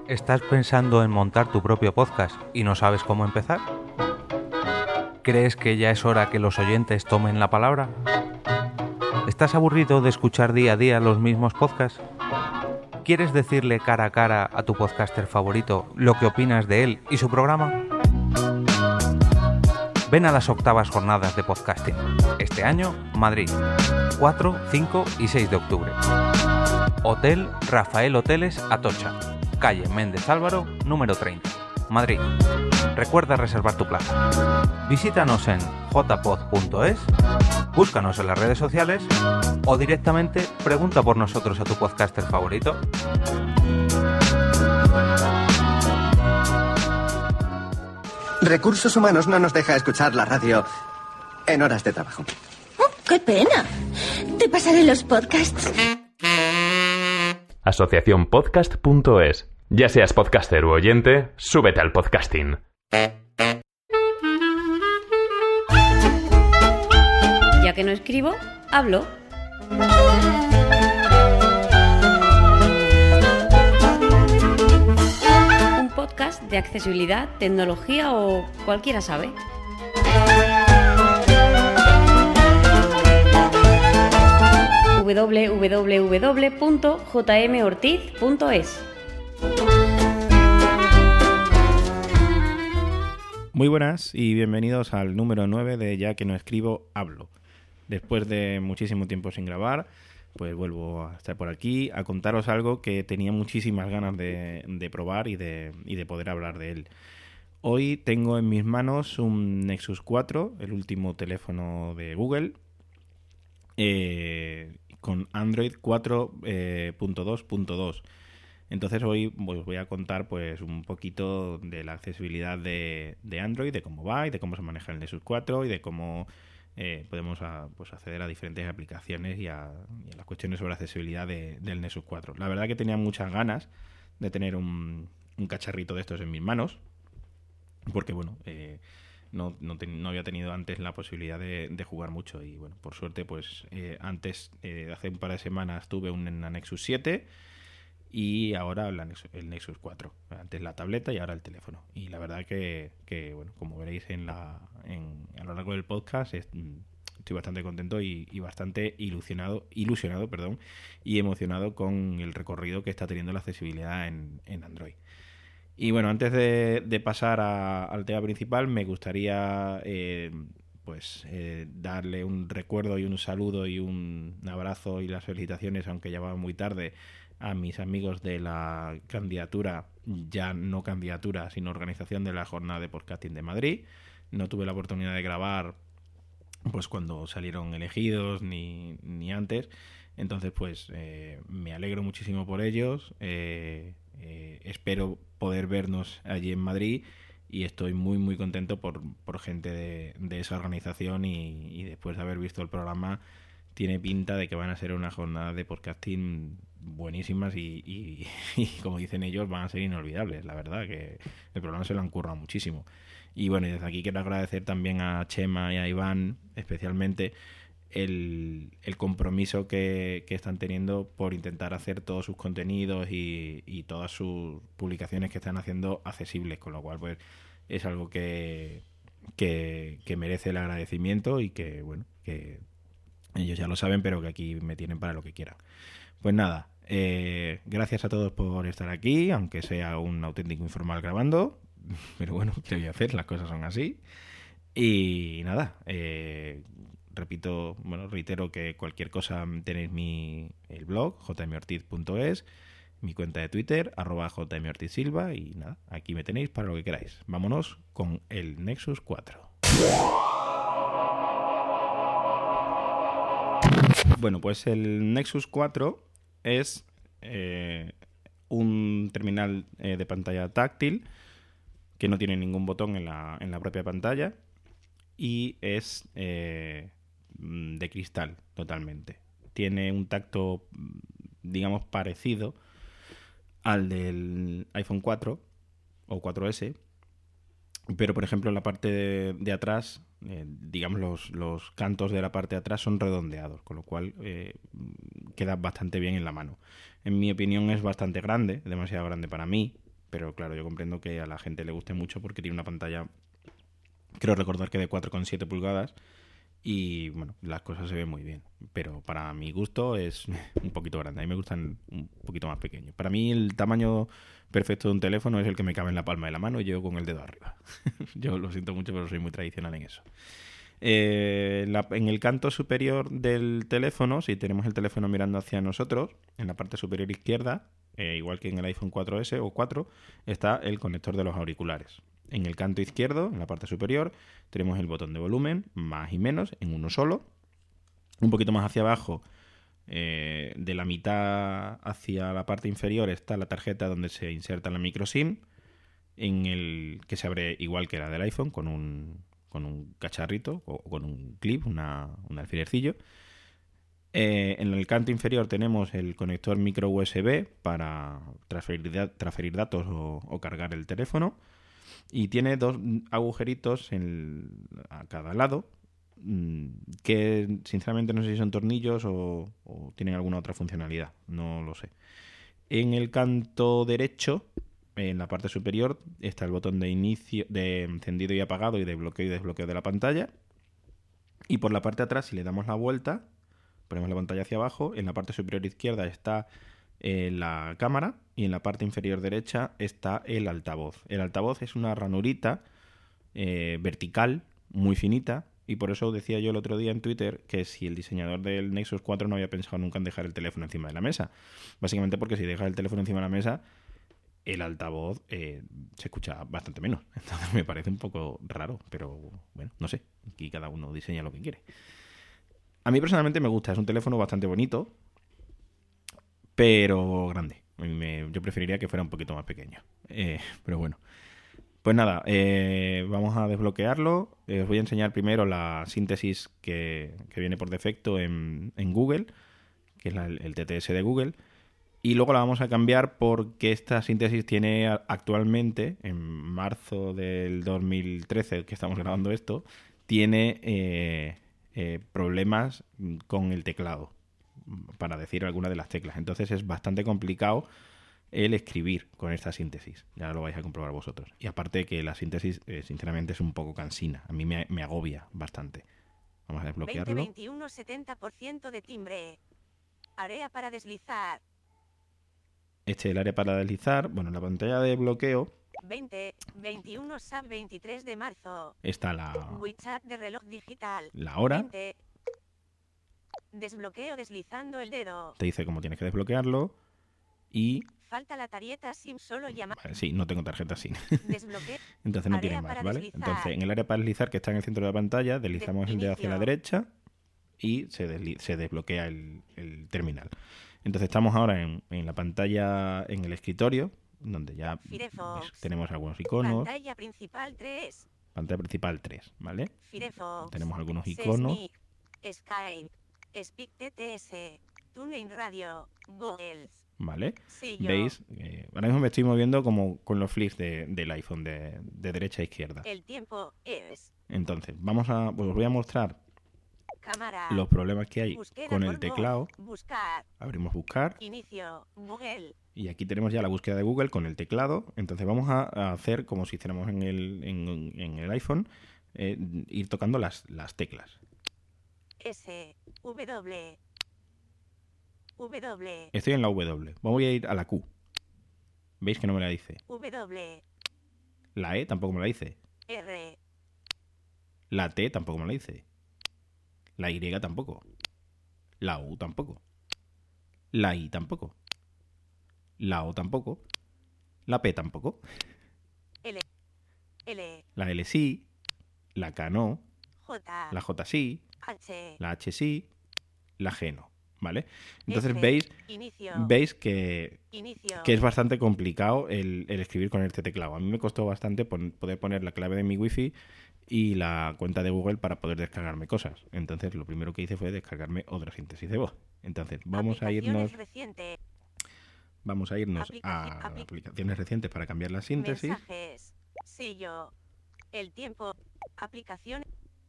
¿Estás pensando en montar tu propio podcast y no sabes cómo empezar? ¿Crees que ya es hora que los oyentes tomen la palabra? ¿Estás aburrido de escuchar día a día los mismos podcasts? ¿Quieres decirle cara a cara a tu podcaster favorito lo que opinas de él y su programa? Ven a las 8ª jornadas de podcasting. Este año, Madrid. 4, 5 y 6 de octubre. Hotel Rafael Hoteles Atocha. Calle Méndez Álvaro, número 30, Madrid. Recuerda reservar tu plaza. Visítanos en jpod.es, búscanos en las redes sociales o directamente pregunta por nosotros a tu podcaster favorito. Recursos Humanos no nos deja escuchar la radio en horas de trabajo. Oh, ¡qué pena! Te pasaré los podcasts. Asociacionpodcast.es. Ya seas podcaster u oyente, súbete al podcasting. Ya que no escribo, hablo. Un podcast de accesibilidad, tecnología o cualquiera sabe. www.jmortiz.es. Muy buenas y bienvenidos al número 9 de Ya que no escribo, hablo. Después de muchísimo tiempo sin grabar, pues vuelvo a estar por aquí a contaros algo que tenía muchísimas ganas de probar y de poder hablar de él. Hoy tengo en mis manos un Nexus 4, el último teléfono de Google, con Android 4.2.2. Entonces hoy os voy a contar pues un poquito de la accesibilidad de Android, de cómo va y de cómo se maneja el Nexus 4 y de cómo podemos acceder a diferentes aplicaciones y a las cuestiones sobre accesibilidad del Nexus 4. La verdad que tenía muchas ganas de tener un cacharrito de estos en mis manos, porque bueno, no había tenido antes la posibilidad de jugar mucho y bueno, por suerte pues antes, hace un par de semanas tuve una Nexus 7 y ahora el Nexus 4, antes la tableta y ahora el teléfono, y la verdad que bueno, como veréis a lo largo del podcast, estoy bastante contento y bastante ilusionado y emocionado con el recorrido que está teniendo la accesibilidad en Android. Y bueno, antes de pasar al tema principal, me gustaría darle un recuerdo y un saludo y un abrazo y las felicitaciones, aunque ya va muy tarde, a mis amigos de la candidatura, ya no candidatura, sino organización de la Jornada de Podcasting de Madrid. No tuve la oportunidad de grabar pues cuando salieron elegidos ni antes, entonces pues me alegro muchísimo por ellos. Espero poder vernos allí en Madrid y estoy muy muy contento por gente de esa organización y después de haber visto el programa tiene pinta de que van a ser una jornada de podcasting buenísimas y como dicen ellos, van a ser inolvidables. La verdad que el programa se lo han currado muchísimo. Y bueno, y desde aquí quiero agradecer también a Chema y a Iván especialmente el compromiso que están teniendo por intentar hacer todos sus contenidos y todas sus publicaciones que están haciendo accesibles, con lo cual pues es algo que merece el agradecimiento y que bueno, que ellos ya lo saben, pero que aquí me tienen para lo que quieran. Pues nada, gracias a todos por estar aquí, aunque sea un auténtico informal grabando, pero bueno, ¿qué voy a hacer? Las cosas son así. Y nada, reitero que cualquier cosa tenéis el blog, jmortiz.es, mi cuenta de Twitter, @jmortizsilva, y nada, aquí me tenéis para lo que queráis. Vámonos con el Nexus 4. Bueno, pues el Nexus 4 es un terminal de pantalla táctil que no tiene ningún botón en la propia pantalla y es de cristal totalmente. Tiene un tacto, digamos, parecido al del iPhone 4 o 4S, pero por ejemplo en la parte de atrás, digamos los cantos de la parte de atrás son redondeados, con lo cual queda bastante bien en la mano. En mi opinión es bastante grande, demasiado grande para mí, pero claro, yo comprendo que a la gente le guste mucho porque tiene una pantalla, creo recordar que de 4,7 pulgadas y bueno, las cosas se ven muy bien, pero para mi gusto es un poquito grande. A mí me gustan un poquito más pequeños. Para mí el tamaño perfecto de un teléfono es el que me cabe en la palma de la mano y yo con el dedo arriba. Yo lo siento mucho, pero soy muy tradicional en eso. En el canto superior del teléfono, si tenemos el teléfono mirando hacia nosotros, en la parte superior izquierda, igual que en el iPhone 4S o 4, está el conector de los auriculares. En el canto izquierdo, en la parte superior, tenemos el botón de volumen, más y menos, en uno solo. Un poquito más hacia abajo, de la mitad hacia la parte inferior, está la tarjeta donde se inserta la micro SIM, que se abre igual que la del iPhone, con un cacharrito o con un clip, un alfilercillo. En el canto inferior tenemos el conector micro USB para transferir datos o cargar el teléfono. Y tiene dos agujeritos a cada lado, que sinceramente no sé si son tornillos o tienen alguna otra funcionalidad, no lo sé. En el canto derecho, en la parte superior, está el botón de encendido y apagado y de bloqueo y desbloqueo de la pantalla. Y por la parte de atrás, si le damos la vuelta, ponemos la pantalla hacia abajo, en la parte superior izquierda está la cámara y en la parte inferior derecha está el altavoz. El altavoz es una ranurita vertical, muy finita, y por eso decía yo el otro día en Twitter que si el diseñador del Nexus 4 no había pensado nunca en dejar el teléfono encima de la mesa. Básicamente porque si dejas el teléfono encima de la mesa, el altavoz se escucha bastante menos. Entonces me parece un poco raro, pero bueno, no sé. Aquí cada uno diseña lo que quiere. A mí personalmente me gusta, es un teléfono bastante bonito, pero grande. Yo preferiría que fuera un poquito más pequeño. Pero bueno. Pues nada, vamos a desbloquearlo. Os voy a enseñar primero la síntesis que viene por defecto en Google, que es el TTS de Google. Y luego la vamos a cambiar porque esta síntesis tiene actualmente, en marzo del 2013, que estamos grabando esto, tiene problemas con el teclado, para decir alguna de las teclas. Entonces es bastante complicado el escribir con esta síntesis. Ya lo vais a comprobar vosotros. Y aparte que la síntesis, sinceramente, es un poco cansina. A mí me agobia bastante. Vamos a desbloquearlo. 2021 70% de timbre. Área para deslizar. Este es el área para deslizar. Bueno, en la pantalla de bloqueo 21 SAP 23 de marzo. está la WeChat de reloj digital. La hora. 20. Desbloqueo deslizando el dedo. Te dice cómo tienes que desbloquearlo. Y Falta la tarjeta SIM solo llamar. vale, sí, no tengo tarjeta SIM. Desbloqueo. Entonces no Área tiene más, para ¿vale? deslizar. Entonces en el área para deslizar, que está en el centro de la pantalla, deslizamos el dedo hacia la derecha y se desbloquea el terminal. Entonces estamos ahora en la pantalla, en el escritorio, donde ya tenemos algunos iconos. Pantalla principal 3. Pantalla principal 3, ¿vale? Firefox. Tenemos algunos iconos. Skype. Speak TTS. TuneIn Radio. Google. ¿Vale? Sí, ¿Veis? Ahora mismo me estoy moviendo como con los flicks del iPhone de derecha a izquierda. El tiempo es. Entonces, os voy a mostrar Cámara. los problemas que hay Búsqueda con por el teclado. voz. Buscar. Abrimos buscar Inicio. Google. y aquí tenemos ya la búsqueda de Google con el teclado. Entonces vamos a hacer como si hiciéramos en el iPhone, ir tocando las teclas. S. W. W. Estoy en la W. Voy a ir a la Q. ¿Veis que no me la dice? W. La E tampoco me la dice. R. La T tampoco me la dice. La Y tampoco. La U tampoco. La I tampoco. La O tampoco. La P tampoco. L. L. La L sí. La K no. J. La J sí. H. La H sí. La G no. ¿Vale? Entonces F. veis Inicio. que Inicio. es bastante complicado el escribir con este teclado. A mí me costó bastante poder poner la clave de mi wifi y la cuenta de Google para poder descargarme cosas. Entonces lo primero que hice fue descargarme otra síntesis de voz. Entonces vamos a irnos a aplicaciones recientes para cambiar la síntesis. Mensajes. Sello. El tiempo. Aplicación.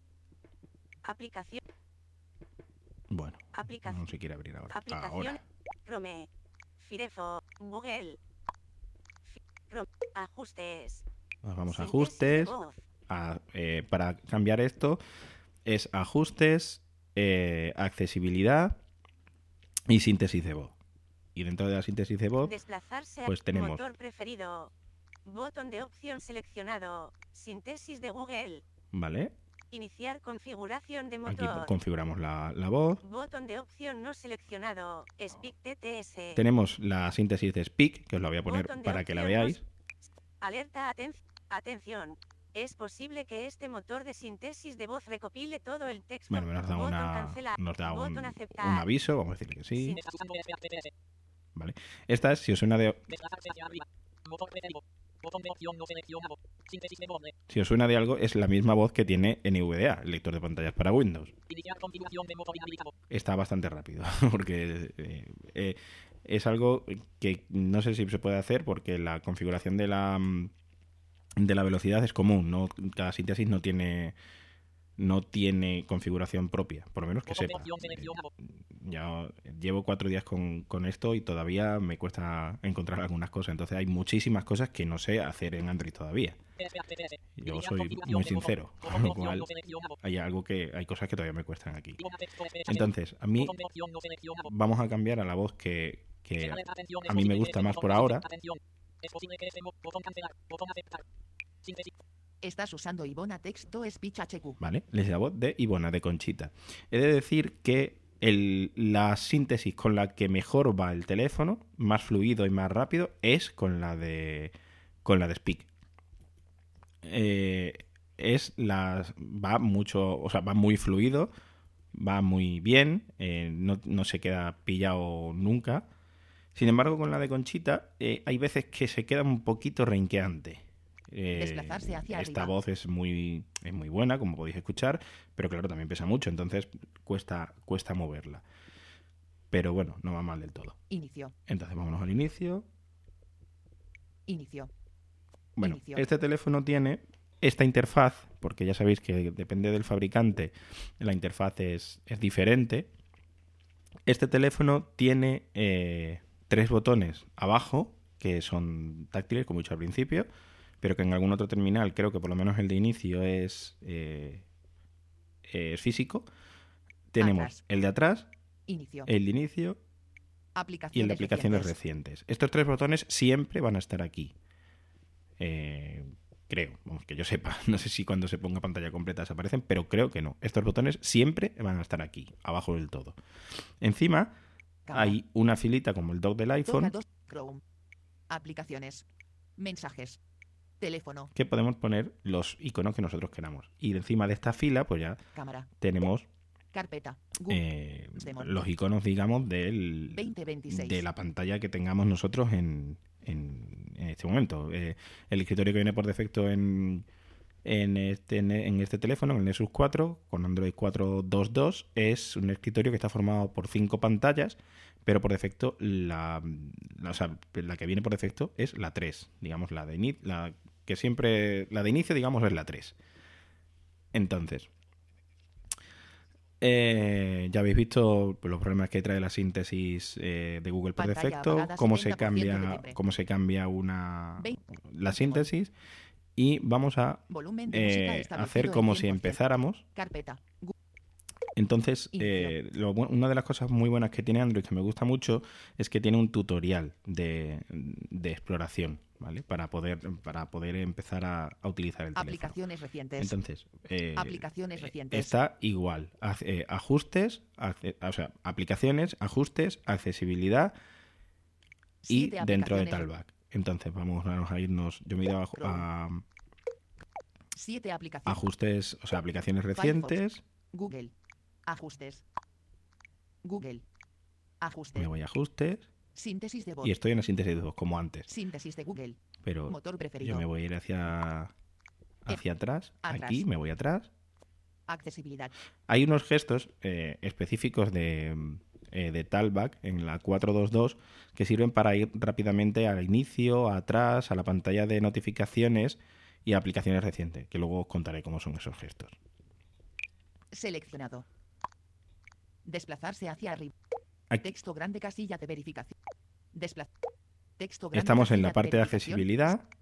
Bueno, no se quiere abrir ahora. Aplicación. Ahora. Chrome. Firefox. Google. Ajustes. Nos vamos a Síntesis de ajustes. voz. Para cambiar esto es ajustes, accesibilidad y síntesis de voz. Y dentro de la síntesis de voz, Desplazarse pues a tenemos motor preferido. Botón de opción seleccionado. Síntesis de Google. ¿vale? Iniciar configuración de Aquí motor. configuramos la voz. Botón de opción no seleccionado. Speak TTS. Tenemos la síntesis de Speak, que os la voy a poner Botón de para que la opción no veáis. Alerta, atención. Es posible que este motor de síntesis de voz recopile todo el texto. Bueno, nos da, Botón cancelar. nos da Botón un aceptar. aviso, vamos a decirle que sí. Sí. ¿Vale? Esta es, si os suena de, Desplazarse hacia arriba. Motor preferido. Botón de opción no seleccionado. Síntesis de voz. si os suena de algo, es la misma voz que tiene NVDA, el lector de pantallas para Windows. Iniciar configuración de motor inhabilitado. Está bastante rápido, porque es algo que no sé si se puede hacer, porque la configuración de la velocidad es común, no cada síntesis no tiene configuración propia, por lo menos que Botón de sepa. opción seleccionado. Ya llevo 4 días con esto y todavía me cuesta encontrar algunas cosas, entonces hay muchísimas cosas que no sé hacer en Android todavía. Yo soy muy sincero, con lo cual hay cosas que todavía me cuestan aquí. Entonces, a mí vamos a cambiar a la voz que a mí me gusta más por ahora. Es posible que este botón cancelar. Botón aceptar. Síntesis. Estás usando Ivona Texto Speech HQ. Vale, es la voz de Ivona, de Conchita. He de decir que la síntesis con la que mejor va el teléfono, más fluido y más rápido, es con la de Speak. Va mucho, o sea, va muy fluido, va muy bien, no se queda pillado nunca. Sin embargo, con la de Conchita hay veces que se queda un poquito renqueante. Desplazarse hacia esta arriba. voz es muy buena, como podéis escuchar, pero claro, también pesa mucho, entonces cuesta moverla. Pero bueno, no va mal del todo. Inicio. Entonces vámonos al inicio. Inicio. Bueno, Inicio. este teléfono tiene esta interfaz, porque ya sabéis que depende del fabricante, la interfaz es diferente. Este teléfono tiene 3 botones abajo, que son táctiles, como he dicho al principio, pero que en algún otro terminal, creo que por lo menos el de inicio es físico. Tenemos Atrás. el de atrás, Inicio. el de inicio y el de aplicaciones recientes. Estos 3 botones siempre van a estar aquí. Creo, vamos, que yo sepa. No sé si cuando se ponga pantalla completa desaparecen, pero creo que no. Estos botones siempre van a estar aquí, abajo del todo. Encima Cámara. hay una filita como el dock del iPhone, Toca 2. Chrome. Aplicaciones. Mensajes. Teléfono. que podemos poner los iconos que nosotros queramos. Y encima de esta fila, pues ya Cámara. tenemos Carpeta. Google. Demon. los iconos, digamos, 2026. de la pantalla que tengamos nosotros en este momento. El escritorio que viene por defecto en este teléfono, en el Nexus 4, con Android 4.2.2, es un escritorio que está formado por 5 pantallas, pero por defecto la que viene por defecto es la 3, digamos, la de inicio, digamos, es la 3. Entonces, ya habéis visto los problemas que trae la síntesis de Google por Pantalla defecto, apagada, cómo se 70% de timbre. cambia la síntesis, y vamos a Volumen de música establecido hacer en como si 100%. empezáramos. Carpeta. Entonces, Inicio. una de las cosas muy buenas que tiene Android, que me gusta mucho, es que tiene un tutorial de exploración, ¿vale? Para poder empezar a utilizar el teléfono. Aplicaciones recientes. Entonces, Aplicaciones recientes. está igual. Ajustes, aplicaciones, ajustes, accesibilidad y 7 dentro de aplicaciones. Talkback. Entonces, vamos a irnos. Yo me he ido a 7 aplicaciones. ajustes, o sea, aplicaciones recientes. Google. Ajustes. Google. Ajustes. Me voy a ajustes Síntesis de voz. y estoy en la síntesis de voz, como antes. Síntesis de Google. Pero Motor preferido. yo me voy a ir hacia atrás. Atrás. Aquí me voy atrás. Accesibilidad. Hay unos gestos específicos de Talkback en la 4.2.2 que sirven para ir rápidamente al inicio, atrás, a la pantalla de notificaciones y a aplicaciones recientes, que luego os contaré cómo son esos gestos. Seleccionado. Desplazarse hacia arriba. Aquí. Texto grande, casilla de verificación. Texto grande, Estamos en casilla la parte de verificación. accesibilidad.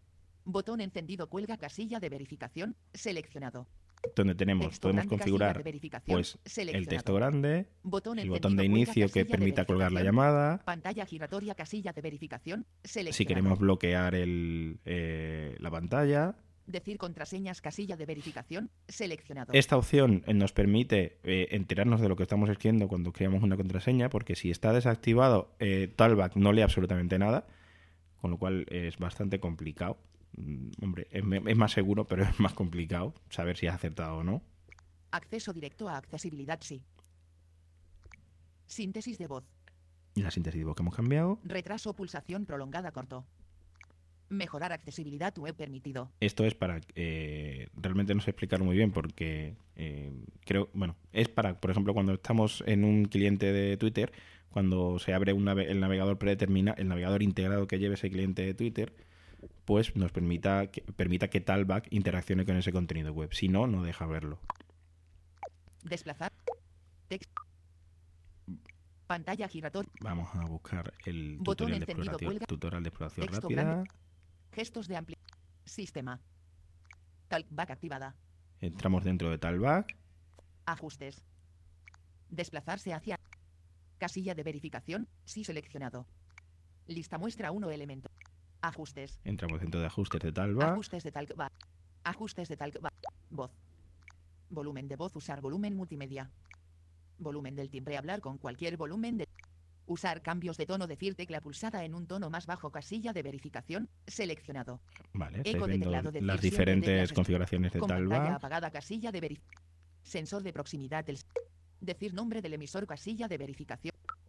Botón encendido cuelga casilla de verificación seleccionado. Donde tenemos, Texto podemos grande, configurar casilla de verificación, pues el seleccionado. texto grande, Botón el encendido, botón de cuelga inicio que casilla de permita colgar la verificación, llamada. Pantalla giratoria casilla de verificación seleccionado. Si queremos bloquear la pantalla. Decir contraseñas casilla de verificación seleccionado. Esta opción nos permite enterarnos de lo que estamos escribiendo cuando creamos una contraseña, porque si está desactivado, Talkback no lee absolutamente nada, con lo cual es bastante complicado. Hombre, es más seguro, pero es más complicado saber si has acertado o no. Acceso directo a accesibilidad sí. Síntesis de voz. Y la síntesis de voz que hemos cambiado. Retraso pulsación prolongada corto. Mejorar accesibilidad web permitido. Esto es para... realmente no sé explicarlo muy bien porque creo... Bueno, es para, por ejemplo, cuando estamos en un cliente de Twitter, cuando se abre el navegador predeterminado, el navegador integrado que lleve ese cliente de Twitter, pues nos permita que Talkback interaccione con ese contenido web. Si no, no deja verlo. Desplazar. Text. Pantalla giratoria. Vamos a buscar el Botón tutorial de encendido, exploración, cuelga. tutorial de exploración Texto rápida. grande. Gestos de Sistema. Talkback activada. Entramos dentro de Talkback. Ajustes. Desplazarse hacia. Casilla de verificación, sí seleccionado. Lista muestra 1 elemento. Ajustes. Entramos dentro de ajustes de Talkback. Ajustes de Talkback. Ajustes de Talkback. Voz. Volumen de voz. Usar volumen multimedia. Volumen del timbre. Hablar con cualquier volumen de... Usar cambios de tono. Decir tecla pulsada en un tono más bajo. Casilla de verificación. Seleccionado. Vale, Eco estáis de viendo teclado. Decir las siempre diferentes teclas configuraciones de con pantalla Talkback. apagada. Casilla de verificación. Sensor de proximidad. Decir nombre del emisor. Casilla de verificación.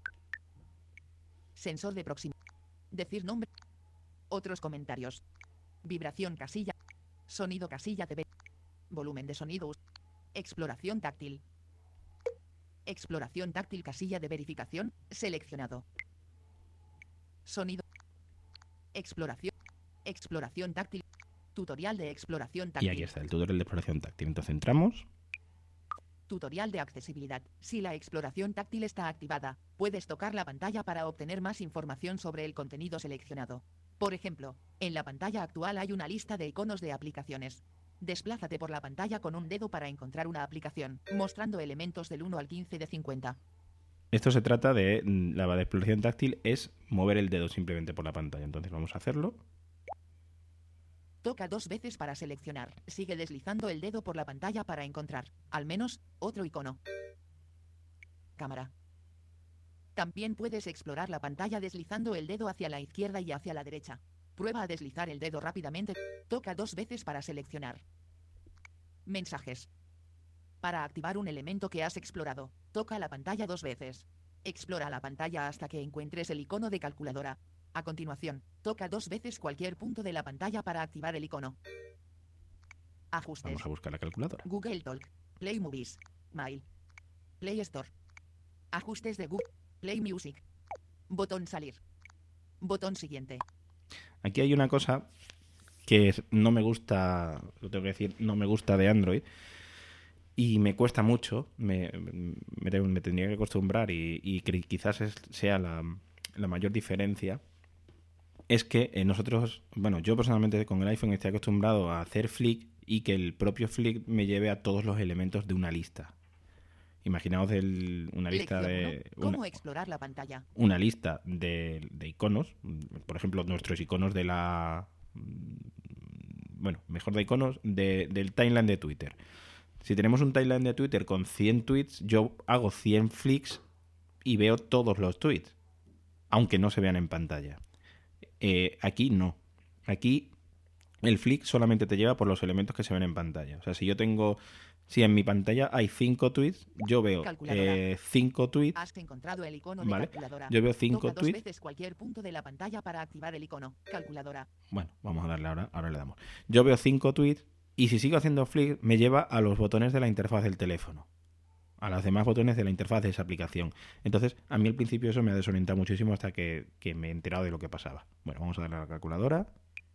Sensor de proximidad. Decir nombre. Otros comentarios. Vibración casilla. Sonido casilla de volumen de sonido. Exploración táctil. Exploración táctil casilla de verificación. Seleccionado. Sonido. Exploración. Exploración táctil. Tutorial de exploración táctil. Y aquí está el tutorial de exploración táctil. Entonces entramos. Tutorial de accesibilidad. Si la exploración táctil está activada, puedes tocar la pantalla para obtener más información sobre el contenido seleccionado. Por ejemplo, en la pantalla actual hay una lista de iconos de aplicaciones. Desplázate por la pantalla con un dedo para encontrar una aplicación, mostrando elementos del 1 al 15 de 50. Esto se trata de... La de exploración táctil es mover el dedo simplemente por la pantalla. Entonces vamos a hacerlo. Toca 2 veces para seleccionar. Sigue deslizando el dedo por la pantalla para encontrar, al menos, otro icono. Cámara. También puedes explorar la pantalla deslizando el dedo hacia la izquierda y hacia la derecha. Prueba a deslizar el dedo rápidamente. Toca 2 veces para seleccionar. Mensajes. Para activar un elemento que has explorado, toca la pantalla 2 veces. Explora la pantalla hasta que encuentres el icono de calculadora. A continuación, toca 2 veces cualquier punto de la pantalla para activar el icono. Ajustes. Vamos a buscar la calculadora. Google Talk. Play Movies. Mail. Play Store. Ajustes de Google. Play Music. Botón salir. Botón siguiente. Aquí hay una cosa que no me gusta, lo tengo que decir, no me gusta de Android y me cuesta mucho, me tendría que acostumbrar y quizás sea la mayor diferencia. Es que nosotros, bueno, yo personalmente con el iPhone estoy acostumbrado a hacer flick y que el propio flick me lleve a todos los elementos de una lista. Imaginaos una lista de... ¿Cómo explorar la pantalla? Una lista de iconos, por ejemplo, nuestros iconos de la... Bueno, mejor de iconos del timeline de Twitter. Si tenemos un timeline de Twitter con 100 tweets, yo hago 100 flicks y veo todos los tweets, aunque no se vean en pantalla. Aquí no. Aquí el flick solamente te lleva por los elementos que se ven en pantalla. O sea, si en mi pantalla hay 5 tweets, yo veo 5 tweets. Has encontrado el icono de ¿vale? calculadora. Yo veo 5 Toca 2 tweets. veces cualquier punto de la pantalla para activar el icono calculadora. Bueno, vamos a darle ahora le damos. Yo veo 5 tweets y si sigo haciendo flick me lleva a los botones de la interfaz del teléfono, a los demás botones de la interfaz de esa aplicación. Entonces, a mí al principio eso me ha desorientado muchísimo hasta que me he enterado de lo que pasaba. Bueno, vamos a darle a la calculadora.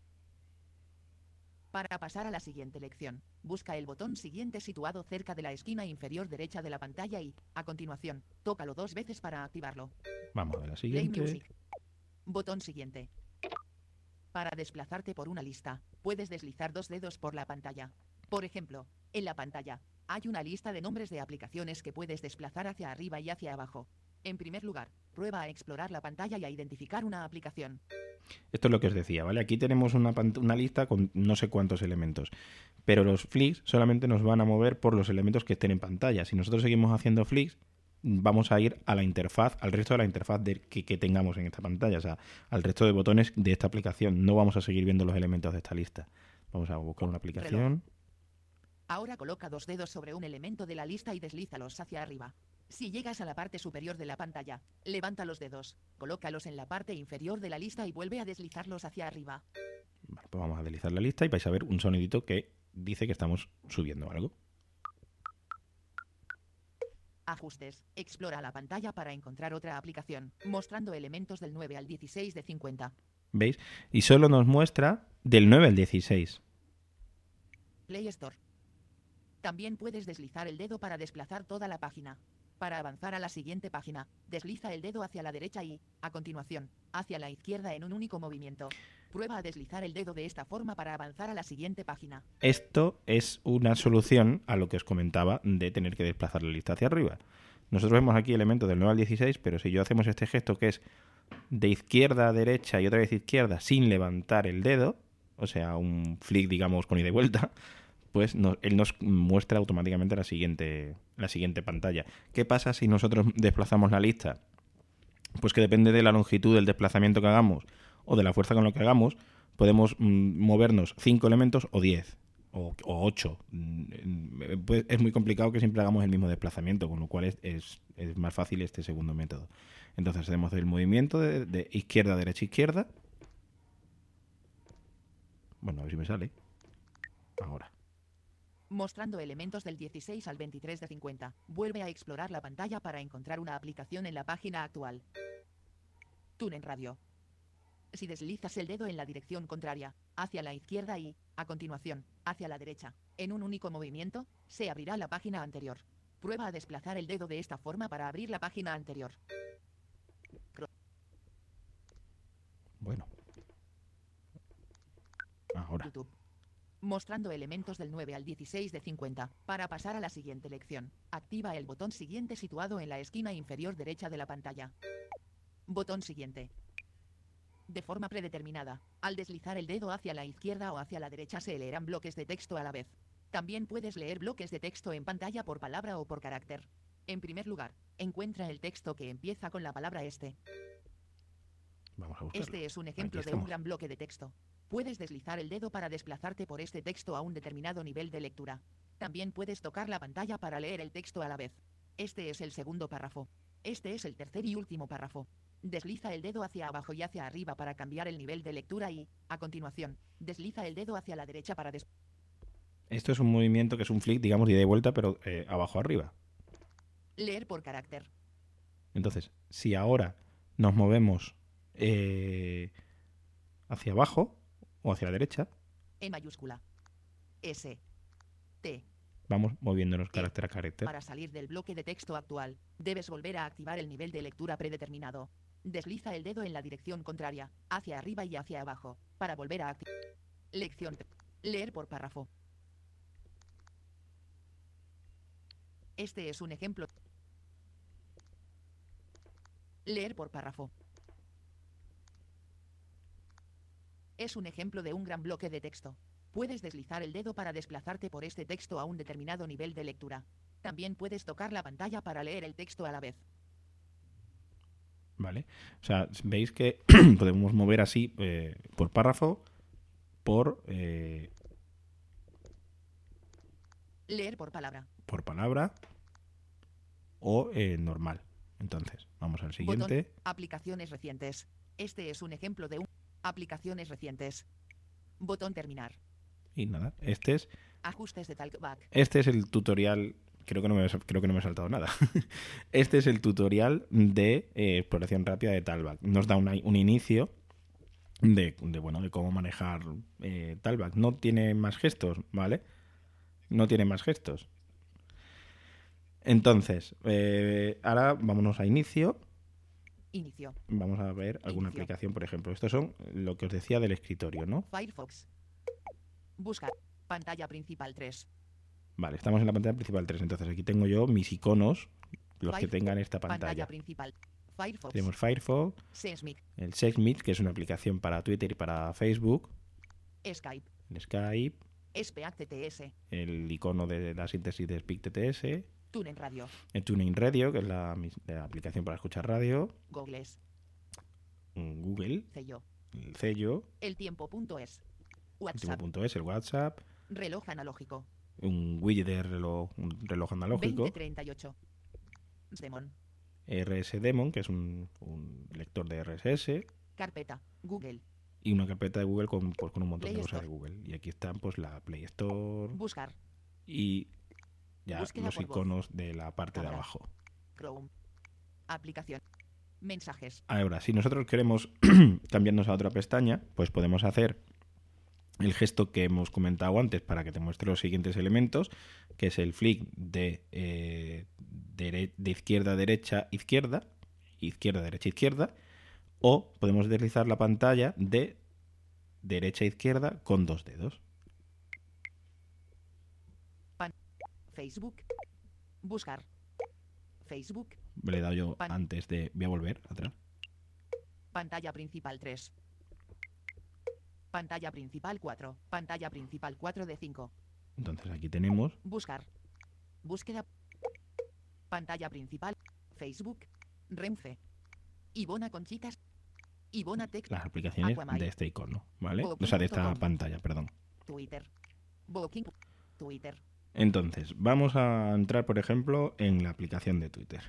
Para pasar a la siguiente lección, busca el botón siguiente situado cerca de la esquina inferior derecha de la pantalla y, a continuación, tócalo 2 veces para activarlo. Vamos a ver la Play siguiente. Music. Botón siguiente. Para desplazarte por una lista, puedes deslizar 2 dedos por la pantalla. Por ejemplo, en la pantalla, hay una lista de nombres de aplicaciones que puedes desplazar hacia arriba y hacia abajo. En primer lugar, prueba a explorar la pantalla y a identificar una aplicación. Esto es lo que os decía, ¿vale? Aquí tenemos una lista con no sé cuántos elementos, pero los flicks solamente nos van a mover por los elementos que estén en pantalla. Si nosotros seguimos haciendo flicks, vamos a ir a la interfaz, al resto de la interfaz que tengamos en esta pantalla, o sea, al resto de botones de esta aplicación. No vamos a seguir viendo los elementos de esta lista. Vamos a buscar una aplicación. Ahora coloca 2 dedos sobre un elemento de la lista y deslízalos hacia arriba. Si llegas a la parte superior de la pantalla, levanta los dedos, colócalos en la parte inferior de la lista y vuelve a deslizarlos hacia arriba. Vale, pues vamos a deslizar la lista y vais a ver un sonidito que dice que estamos subiendo algo. Ajustes. Explora la pantalla para encontrar otra aplicación, mostrando elementos del 9 al 16 de 50. ¿Veis? Y solo nos muestra del 9 al 16. Play Store. También puedes deslizar el dedo para desplazar toda la página. Para avanzar a la siguiente página, desliza el dedo hacia la derecha y, a continuación, hacia la izquierda en un único movimiento. Prueba a deslizar el dedo de esta forma para avanzar a la siguiente página. Esto es una solución a lo que os comentaba de tener que desplazar la lista hacia arriba. Nosotros vemos aquí elementos del 9 al 16, pero si yo hacemos este gesto que es de izquierda a derecha y otra vez izquierda sin levantar el dedo, o sea, un flick, digamos, con ida y vuelta, pues él nos muestra automáticamente la siguiente pantalla. ¿Qué pasa si nosotros desplazamos la lista? Pues que depende de la longitud del desplazamiento que hagamos o de la fuerza con lo que hagamos, podemos movernos 5 elementos o 10 o 8. Pues es muy complicado que siempre hagamos el mismo desplazamiento, con lo cual es más fácil este segundo método. Entonces hacemos el movimiento de izquierda, derecha, izquierda. Bueno, a ver si me sale. Ahora. Mostrando elementos del 16 al 23 de 50. Vuelve a explorar la pantalla para encontrar una aplicación en la página actual. TuneIn Radio. Si deslizas el dedo en la dirección contraria, hacia la izquierda y, a continuación, hacia la derecha, en un único movimiento, se abrirá la página anterior. Prueba a desplazar el dedo de esta forma para abrir la página anterior. Bueno. Ahora. YouTube. Mostrando elementos del 9 al 16 de 50. Para pasar a la siguiente lección, activa el botón siguiente situado en la esquina inferior derecha de la pantalla. Botón siguiente. De forma predeterminada, al deslizar el dedo hacia la izquierda o hacia la derecha se leerán bloques de texto a la vez. También puedes leer bloques de texto en pantalla por palabra o por carácter. En primer lugar, encuentra el texto que empieza con la palabra este. Vamos a buscarlo. Este es un ejemplo de un gran bloque de texto. Puedes deslizar el dedo para desplazarte por este texto a un determinado nivel de lectura. También puedes tocar la pantalla para leer el texto a la vez. Este es el segundo párrafo. Este es el tercer y último párrafo. Desliza el dedo hacia abajo y hacia arriba para cambiar el nivel de lectura y, a continuación, desliza el dedo hacia la derecha para Esto es un movimiento que es un flick, digamos, de ida y vuelta, pero abajo arriba. leer por carácter. Entonces, si ahora nos movemos hacia abajo o hacia la derecha, E mayúscula. S. T. vamos moviéndonos carácter a carácter. Para salir del bloque de texto actual, debes volver a activar el nivel de lectura predeterminado. Desliza el dedo en la dirección contraria, hacia arriba y hacia abajo, para volver a activar. Lección 3. Leer por párrafo. Este es un ejemplo. Leer por párrafo. Es un ejemplo de un gran bloque de texto. Puedes deslizar el dedo para desplazarte por este texto a un determinado nivel de lectura. También puedes tocar la pantalla para leer el texto a la vez. Vale. O sea, veis que podemos mover así por párrafo, por leer por palabra. Por palabra o normal. Entonces, vamos al siguiente. Botón, aplicaciones recientes. Este es un ejemplo de aplicaciones recientes. Botón terminar. Y nada, este es ajustes de Talkback. Este es el tutorial. Creo que no me he saltado nada. Este es el tutorial de exploración rápida de Talkback. Nos da un inicio de cómo manejar Talkback. No tiene más gestos, ¿vale? No tiene más gestos. Entonces, ahora vámonos a inicio. Inicio. Vamos a ver alguna Inicio. aplicación, por ejemplo. Estos son lo que os decía del escritorio, ¿no? Firefox. Buscar. Pantalla principal 3. Vale, estamos en la pantalla principal 3. Entonces aquí tengo yo mis iconos, los que Firefox. tengan esta Pantalla pantalla. principal. Firefox. Tenemos Firefox, SendMe. el SendMe, que es una aplicación para Twitter y para Facebook, Skype. el Skype, SpeakTTS. el icono de la síntesis de SpeakTTS, TuneIn Radio. el TuneIn Radio, que es la aplicación para escuchar radio, Googles. Google, Sello. el Cello, Eltiempo.es. WhatsApp. Último.es, el WhatsApp, Reloj analógico. un widget de reloj, un reloj analógico, 2038. Demon. RS Demon, que es un lector de RSS, Carpeta. Google. y una carpeta de Google con un montón Play de cosas Store. de Google. Y aquí están pues la Play Store Buscar. y ya Búsqueda los por voz. iconos de la parte de Cámara. abajo. Chrome. Aplicación. Mensajes. Ahora, si nosotros queremos cambiarnos a otra pestaña, pues podemos hacer el gesto que hemos comentado antes para que te muestre los siguientes elementos, que es el flick de izquierda a derecha, izquierda, izquierda, derecha, izquierda, o podemos deslizar la pantalla de derecha a izquierda con 2 dedos. Facebook. Buscar. Facebook. Le he dado yo antes de... Voy a volver atrás. Pantalla principal 3. Pantalla principal 4. Pantalla principal 4 de 5. Entonces aquí tenemos... Buscar. Búsqueda. Pantalla principal. Facebook. Renfe. Ivona Conchitas. Ivona Text. las aplicaciones Aquamai. de este icono, ¿vale? Booking O sea, de esta punto com. pantalla, perdón. Twitter. Booking. Twitter. Entonces, vamos a entrar, por ejemplo, en la aplicación de Twitter.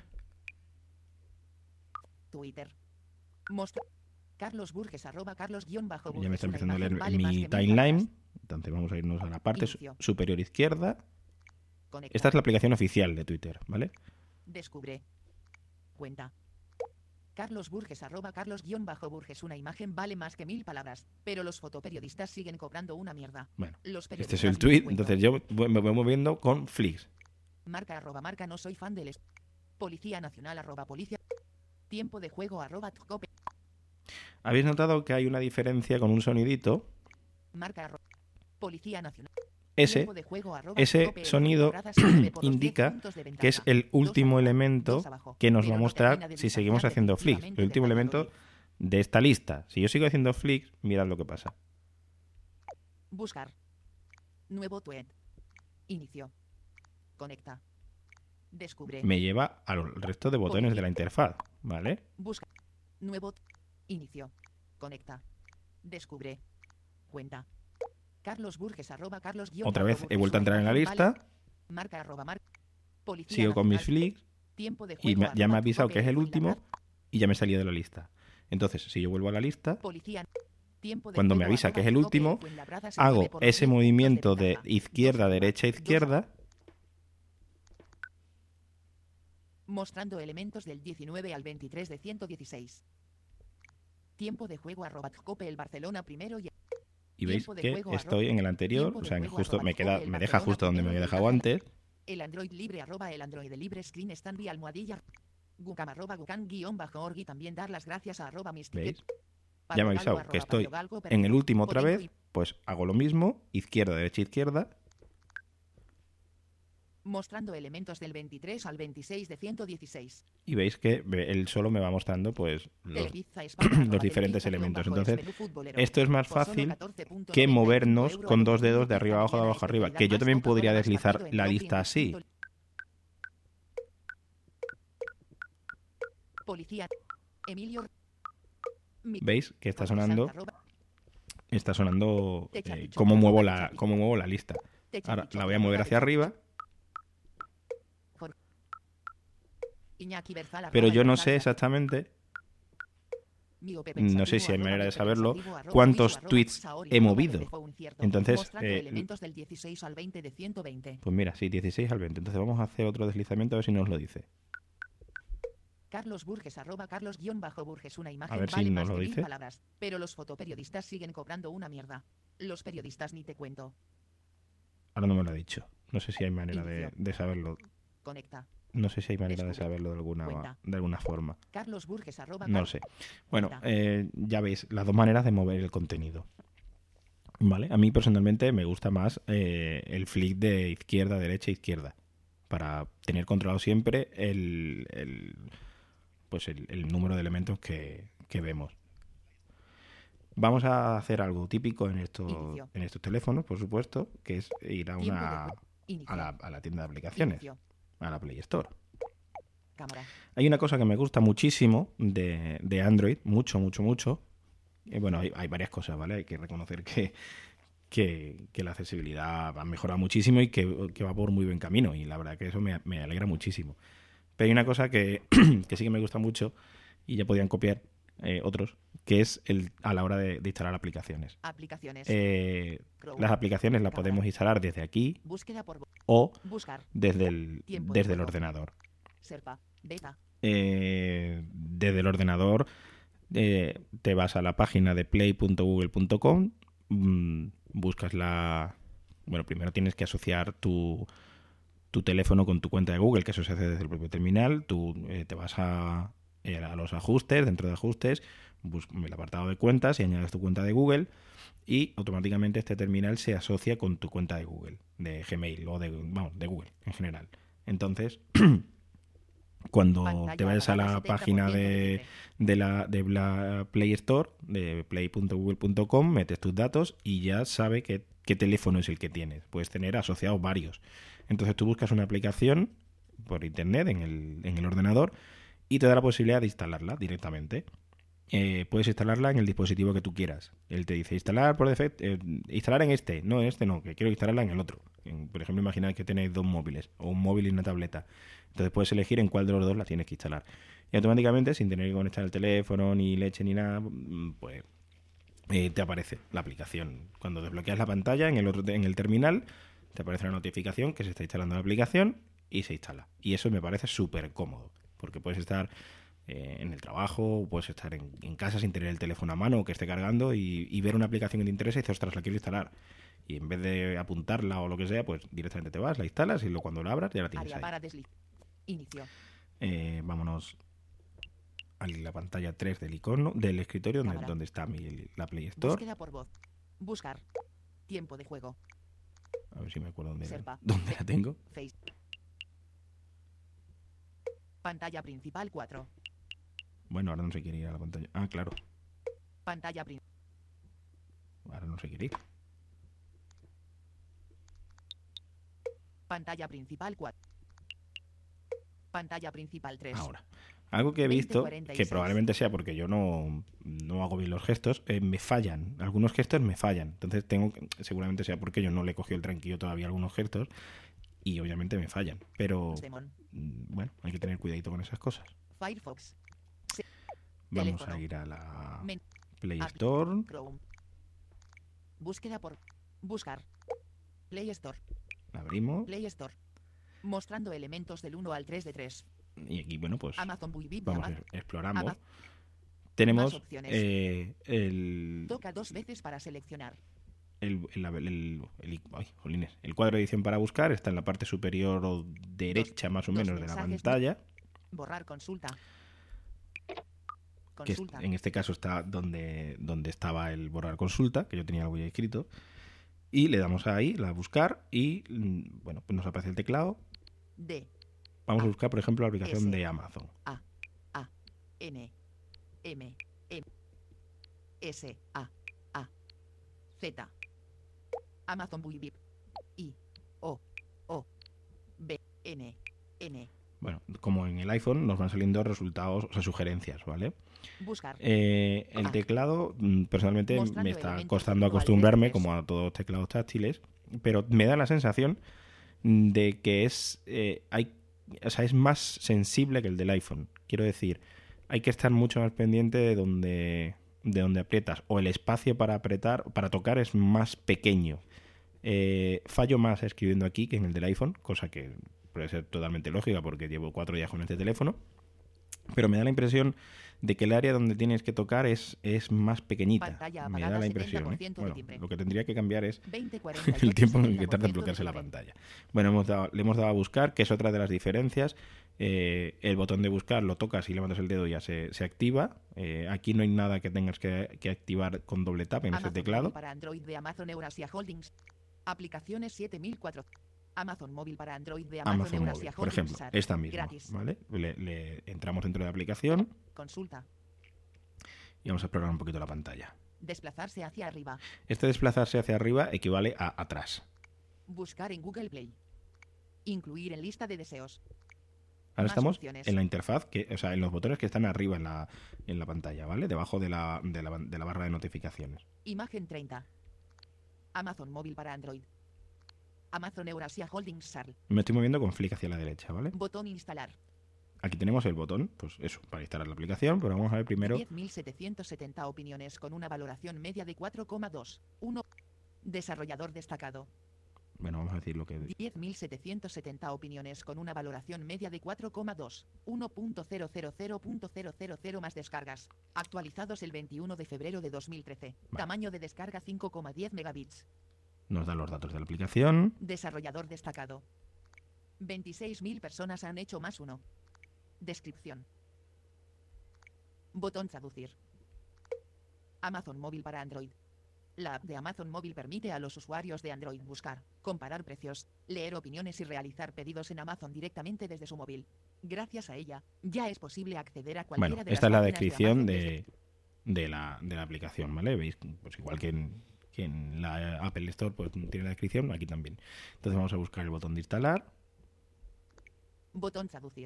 Twitter. Mostrar. Carlos Burges @ Carlos _ Ya me está una empezando a leer imagen vale más mi que 1000 timeline. palabras. Entonces vamos a irnos a la parte Inicio. superior izquierda. Conecta. Esta es la aplicación oficial de Twitter, ¿vale? Descubre. Cuenta. Carlos Burges @ Carlos _ Burges una imagen vale más que 1000 palabras, pero los fotoperiodistas siguen cobrando una mierda. Bueno, Los este periodistas es el ni te tweet. cuento. Entonces yo me voy moviendo con flicks. Marca @ marca no soy fan del Policía Nacional @ policía. Tiempo de juego @ tcope. ¿Habéis notado que hay una diferencia con un sonidito? Marca Policía Nacional. Ese, Tiempo de juego @ ese tcope, sonido gradas 9 por los 10 indica puntos de ventaja. que es el 2 último arriba, elemento 2 abajo, que nos pero va a no mostrar termina de si seguimos distanciar haciendo flicks. definitivamente El último del elemento valor de esta lista. Si yo sigo haciendo flicks, mirad lo que pasa. Buscar. Nuevo tweet. Inicio. Conecta. Descubre. Me lleva al resto de botones de la interfaz, ¿vale? Busca. Nuevo. Inicio. Conecta. Descubre. Cuenta. Carlos Burges @ Carlos _ Otra vez he Burges, vuelto a una entrar en la imagen lista. vale. Marca @ marca. Policía Sigo con mis Nacional. flicks Tiempo de y juego ya me ha @ avisado tcope, que es el Fuenlabrada. último y ya me he salido de la lista. Entonces, si yo vuelvo a la lista, Policía. Tiempo de cuando me juego avisa @ que es el tcope, último, Fuenlabrada se hago mueve por los ese 10 puntos movimiento de ventaja. izquierda, 2 derecha, arriba, 2 izquierda. abajo. Mostrando elementos del 19 al 23 de 116. Tiempo de juego @ tcope el Barcelona primero Y veis Tiempo de que juego estoy en el anterior, tiempo o de sea, juego justo @ me tcope el deja Barcelona justo donde me había primero y dejado antes. El Android libre @ el Android libre screen stanby almohadilla. Gucam @ gucan _org y también dar las gracias a @mis ¿Veis? tickets. Ya me ha Pablo avisado Galgo que @ estoy Pablo Galgo, en el último otra Potenco vez, pues hago lo mismo, izquierda, derecha, izquierda. Mostrando elementos del 23 al 26 de 116. Y veis que él solo me va mostrando pues Televisa España los @ diferentes Televisa elementos. _ Entonces, menú futbolero. esto es más Por solo fácil 14,95 que movernos € con 2 al dedos de arriba abajo, de Mañana abajo arriba. especialidad Que yo más también foto, podría gol más deslizar partido en la Doping lista así. punto- Policía. Emilio. ¿Veis? Que está sonando Techa, cómo muevo techa, la lista. Techa, Ahora bicho, la voy a mover hacia techa, arriba, Iñaki Berzal, pero yo no @Berzal, sé exactamente, Mío Pepe no sé Pensativo, si hay manera de Pepe saberlo, Pensativo, cuántos Luis, tweets Saori, he movido. Pepe fue un cierto. Entonces, Mostrando elementos del 16 al 20 de 120. pues mira, sí, 16 al 20. Entonces vamos a hacer otro deslizamiento a ver si nos lo dice. Carlos Burges @ Carlos _ Burges una imagen A ver si vale nos más lo que 1000 dice. palabras, pero los fotoperiodistas siguen cobrando una mierda. Los periodistas ni te cuento. Ahora no me lo ha dicho. No sé si hay manera Inicio. de saberlo. Conecta. No sé si hay manera de saberlo de alguna forma. Carlos Burges, No lo sé. Bueno, ya veis las dos maneras de mover el contenido. Vale, a mí personalmente me gusta más el flick de izquierda, derecha, izquierda. Para tener controlado siempre el número de elementos que vemos. Vamos a hacer algo típico en estos teléfonos, por supuesto, que es ir a la tienda de aplicaciones, a la Play Store. Cámara. Hay una cosa que me gusta muchísimo de Android, mucho. Bueno, hay varias cosas, ¿vale? Hay que reconocer que la accesibilidad ha mejorado muchísimo y que va por muy buen camino, y la verdad que eso me alegra muchísimo. Pero hay una cosa que sí que me gusta mucho, y ya podían copiar otros, que es a la hora de instalar aplicaciones. Las aplicaciones las podemos instalar desde aquí o desde el ordenador. Desde el ordenador te vas a la página de play.google.com, buscas bueno, primero tienes que asociar tu teléfono con tu cuenta de Google, que eso se hace desde el propio terminal. Tú te vas a los ajustes, dentro de ajustes, el apartado de cuentas y añades tu cuenta de Google, y automáticamente este terminal se asocia con tu cuenta de Google, de Gmail o de Google en general. Entonces, cuando te vayas a la página de la Play Store, de play.google.com, metes tus datos y ya sabe qué teléfono es el que tienes. Puedes tener asociados varios. Entonces tú buscas una aplicación por internet en el ordenador y te da la posibilidad de instalarla directamente. Puedes instalarla en el dispositivo que tú quieras. Él te dice instalar por defecto, instalar en este, que quiero instalarla en el otro. Por ejemplo, imaginad que tenéis dos móviles, o un móvil y una tableta. Entonces puedes elegir en cuál de los dos la tienes que instalar. Y automáticamente, sin tener que conectar el teléfono, ni leche, ni nada, pues te aparece la aplicación. Cuando desbloqueas la pantalla en el terminal, te aparece una notificación que se está instalando la aplicación y se instala. Y eso me parece súper cómodo, porque puedes estar en el trabajo, puedes estar en casa sin tener el teléfono a mano o que esté cargando y ver una aplicación que te interesa y dices, ostras, la quiero instalar. Y en vez de apuntarla o lo que sea, pues directamente te vas, la instalas y luego cuando la abras ya la tienes ahí. Inicio. Vámonos a la pantalla 3 del icono del escritorio donde está la Play Store. Búsqueda por voz. Buscar. Tiempo de juego. A ver si me acuerdo dónde la tengo. Face. Pantalla principal 4. Bueno, ahora no se quiere ir a la pantalla. Ah, claro. Pantalla principal. Ahora no se quiere ir. Pantalla principal 4. Pantalla principal 3. Ahora. Algo que he visto, que probablemente sea porque yo no hago bien los gestos, me fallan. Algunos gestos me fallan. Entonces seguramente sea porque yo no le he cogido el tranquillo todavía a algunos gestos y obviamente me fallan. Pero bueno, hay que tener cuidadito con esas cosas. Firefox. Vamos a ir a la Play Store. Chrome. Búsqueda por buscar. Play Store. Abrimos. Play Store. Mostrando elementos del 1 al 3 de 3. Y aquí, bueno, pues Amazon, exploramos. Tenemos Toca dos veces para seleccionar. El cuadro de edición para buscar está en la parte superior derecha más o menos de la pantalla. Borrar consulta. Que en este caso está donde estaba el borrar consulta, que yo tenía algo ya escrito. Y le damos ahí, la buscar, y bueno, pues nos aparece el teclado. Vamos a buscar, por ejemplo, la aplicación de Amazon. N M S Z Amazon Buy I O B N. Bueno, como en el iPhone nos van saliendo resultados, o sea, sugerencias, ¿vale? Buscar. El teclado, personalmente, me está costando acostumbrarme, como a todos los teclados táctiles, pero me da la sensación de que es más sensible que el del iPhone. Quiero decir, hay que estar mucho más pendiente de donde aprietas, o el espacio para tocar es más pequeño. Fallo más escribiendo aquí que en el del iPhone, cosa que puede ser totalmente lógica porque llevo 4 días con este teléfono, pero me da la impresión de que el área donde tienes que tocar es más pequeñita. Me da la impresión, Bueno, lo que tendría que cambiar es el tiempo en el que tarda en bloquearse la pantalla. Bueno, le hemos dado a buscar, que es otra de las diferencias El botón de buscar lo tocas y levantas el dedo y ya se activa. Aquí no hay nada que tengas que activar con doble tap en ese Amazon teclado. Móvil para Android de Amazon Eurasia Holdings. Aplicaciones 7004. Amazon Móvil para Android de Amazon, Amazon Eurasia Móvil, por Holdings. ejemplo, esta misma, Gratis. ¿vale? Le entramos dentro de la aplicación Consulta. y vamos a explorar un poquito la pantalla. Desplazarse hacia arriba. Este desplazarse hacia arriba equivale a atrás. Buscar en Google Play. Incluir en lista de deseos. Ahora Más estamos opciones. en la interfaz, o sea, en los botones que están arriba en la pantalla, ¿vale? Debajo de la barra de notificaciones. Imagen 30. Amazon Móvil para Android. Amazon Eurasia Holdings SARL. Me estoy moviendo con flick hacia la derecha, ¿vale? Botón instalar. Aquí tenemos el botón, pues eso, para instalar la aplicación, pero vamos a ver primero 10.770 opiniones con una valoración media de 4,2. 1. Desarrollador destacado. Bueno, vamos a decir lo que... 10.770 opiniones con una valoración media de 4,2. 1.000.000 más descargas. Actualizados el 21 de febrero de 2013. Vale. Tamaño de descarga 5,10 megabits. Nos da los datos de la aplicación. Desarrollador destacado. 26.000 personas han hecho más uno. Descripción. Botón traducir. Amazon Móvil para Android. La app de Amazon Móvil permite a los usuarios de Android buscar, comparar precios, leer opiniones y realizar pedidos en Amazon directamente desde su móvil. Gracias a ella, ya es posible acceder a cualquiera Bueno, de las esta es la páginas descripción Amazon de la aplicación, ¿vale? Veis, pues igual que en la Apple Store pues tiene la descripción, aquí también. Entonces vamos a buscar el botón de instalar. Botón traducir.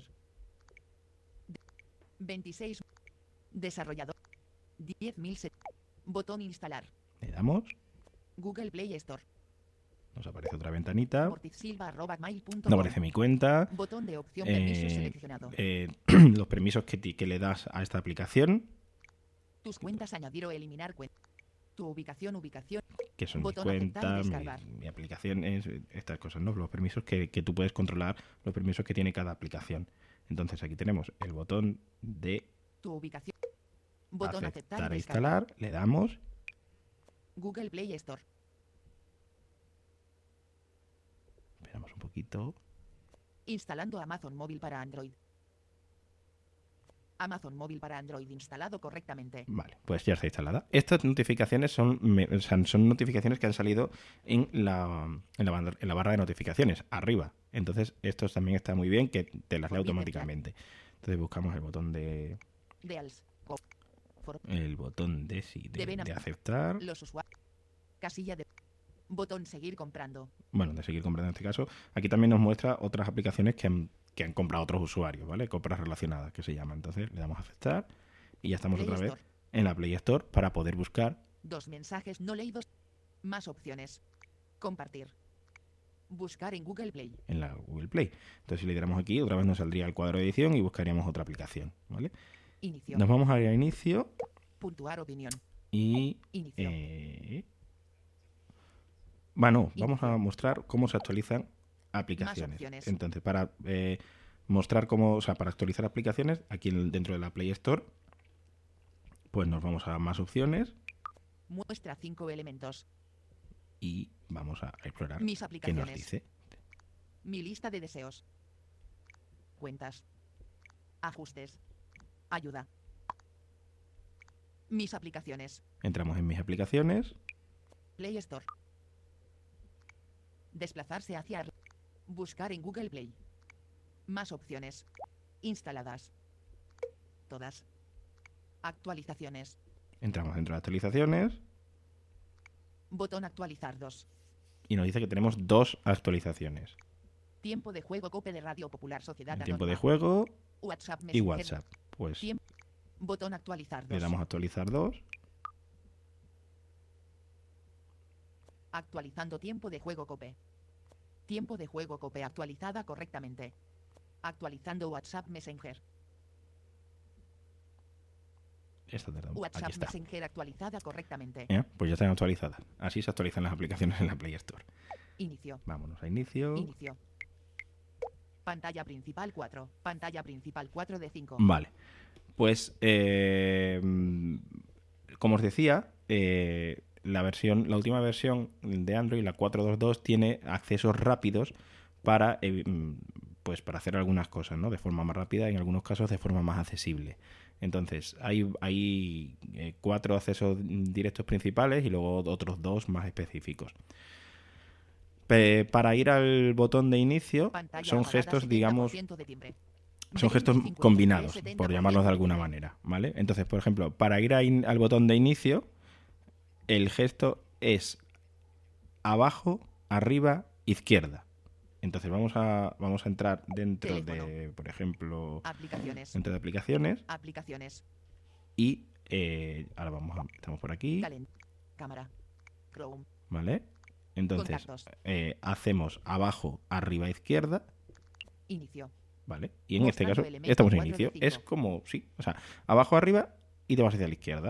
26. Desarrollador. 10.000. Botón instalar. Le damos, Google Play Store. nos aparece otra ventanita. Mortizsilva@mail.com. No aparece mi cuenta. Botón de opción permisos Eh, seleccionado. Los permisos que le das a esta aplicación, Tus cuentas añadir o eliminar cuentas. Tu ubicación. que son mi Botón aceptar y cuenta, descargar. mi aplicación, estas cosas, ¿no? Los permisos que tú puedes controlar, los permisos que tiene cada aplicación. Entonces aquí tenemos el botón de Tu ubicación. Botón aceptar aceptar y e descargar. instalar, le damos, Google Play Store. esperamos un poquito. Instalando Amazon Móvil para Android. Amazon Móvil para Android instalado correctamente. Vale, pues ya está instalada. Estas notificaciones son notificaciones que han salido en la barra de notificaciones, arriba. Entonces, esto también está muy bien, que te las lee automáticamente. Entonces buscamos el botón de aceptar. Los usuarios. Casilla de botón seguir comprando. Bueno, de seguir comprando en este caso. Aquí también nos muestra otras aplicaciones que han comprado otros usuarios, ¿vale? Compras relacionadas, que se llama. Entonces le damos a aceptar y ya estamos Play otra vez Store. en la Play Store para poder buscar. 2 mensajes no leídos. Más opciones. Compartir. Buscar en Google Play. En la Google Play. Entonces, si le diéramos aquí, otra vez nos saldría el cuadro de edición y buscaríamos otra aplicación, ¿vale? Inicio. Nos vamos a ir a inicio Puntuar opinión. y... Inicio. Vamos a mostrar cómo se actualizan aplicaciones. opciones. Entonces, para mostrar para actualizar aplicaciones, aquí dentro de la Play Store, pues nos vamos a más opciones Muestra 5 elementos. y vamos a explorar Mis qué nos aplicaciones. dice. Mi lista de deseos. Cuentas. Ajustes. Ayuda. Mis aplicaciones. Entramos en mis aplicaciones. Play Store. Desplazarse hacia buscar en Google Play. Más opciones. Instaladas. Todas. Actualizaciones. Entramos dentro de actualizaciones Botón actualizar 2. y nos dice que tenemos 2 actualizaciones. Tiempo de juego Cope de Radio Popular Sociedad El tiempo de Anónima. juego WhatsApp y Messenger. WhatsApp. Pues Tiempo. Botón actualizar 2. le damos a actualizar 2. Actualizando tiempo de juego Cope. Tiempo de juego Cope actualizada correctamente. Actualizando WhatsApp Messenger. Esta tarda. Aquí WhatsApp está. Messenger actualizada correctamente. Pues ya están actualizadas. Así se actualizan las aplicaciones en la Play Store. Inicio. Vámonos a inicio. Inicio. Pantalla principal 4. Pantalla principal 4 de 5. Vale. Pues, como os decía, la última versión de Android, la 4.2.2, tiene accesos rápidos para pues para hacer algunas cosas, ¿no? De forma más rápida y en algunos casos de forma más accesible. Entonces, hay 4 accesos directos principales y luego otros 2 más específicos. Para ir al botón de inicio, son gestos, digamos, son gestos combinados, por llamarlos de alguna manera, ¿vale? Entonces, por ejemplo, para ir al botón de inicio, el gesto es abajo, arriba, izquierda. Entonces vamos a entrar dentro de, por ejemplo, aplicaciones. dentro de aplicaciones. Aplicaciones. Y ahora estamos por aquí. Cámara. Chrome. ¿Vale? Entonces hacemos abajo, arriba, izquierda. Inicio. ¿Vale? Y en este caso estamos en inicio. Es como, sí, o sea, abajo, arriba y te vas hacia la izquierda.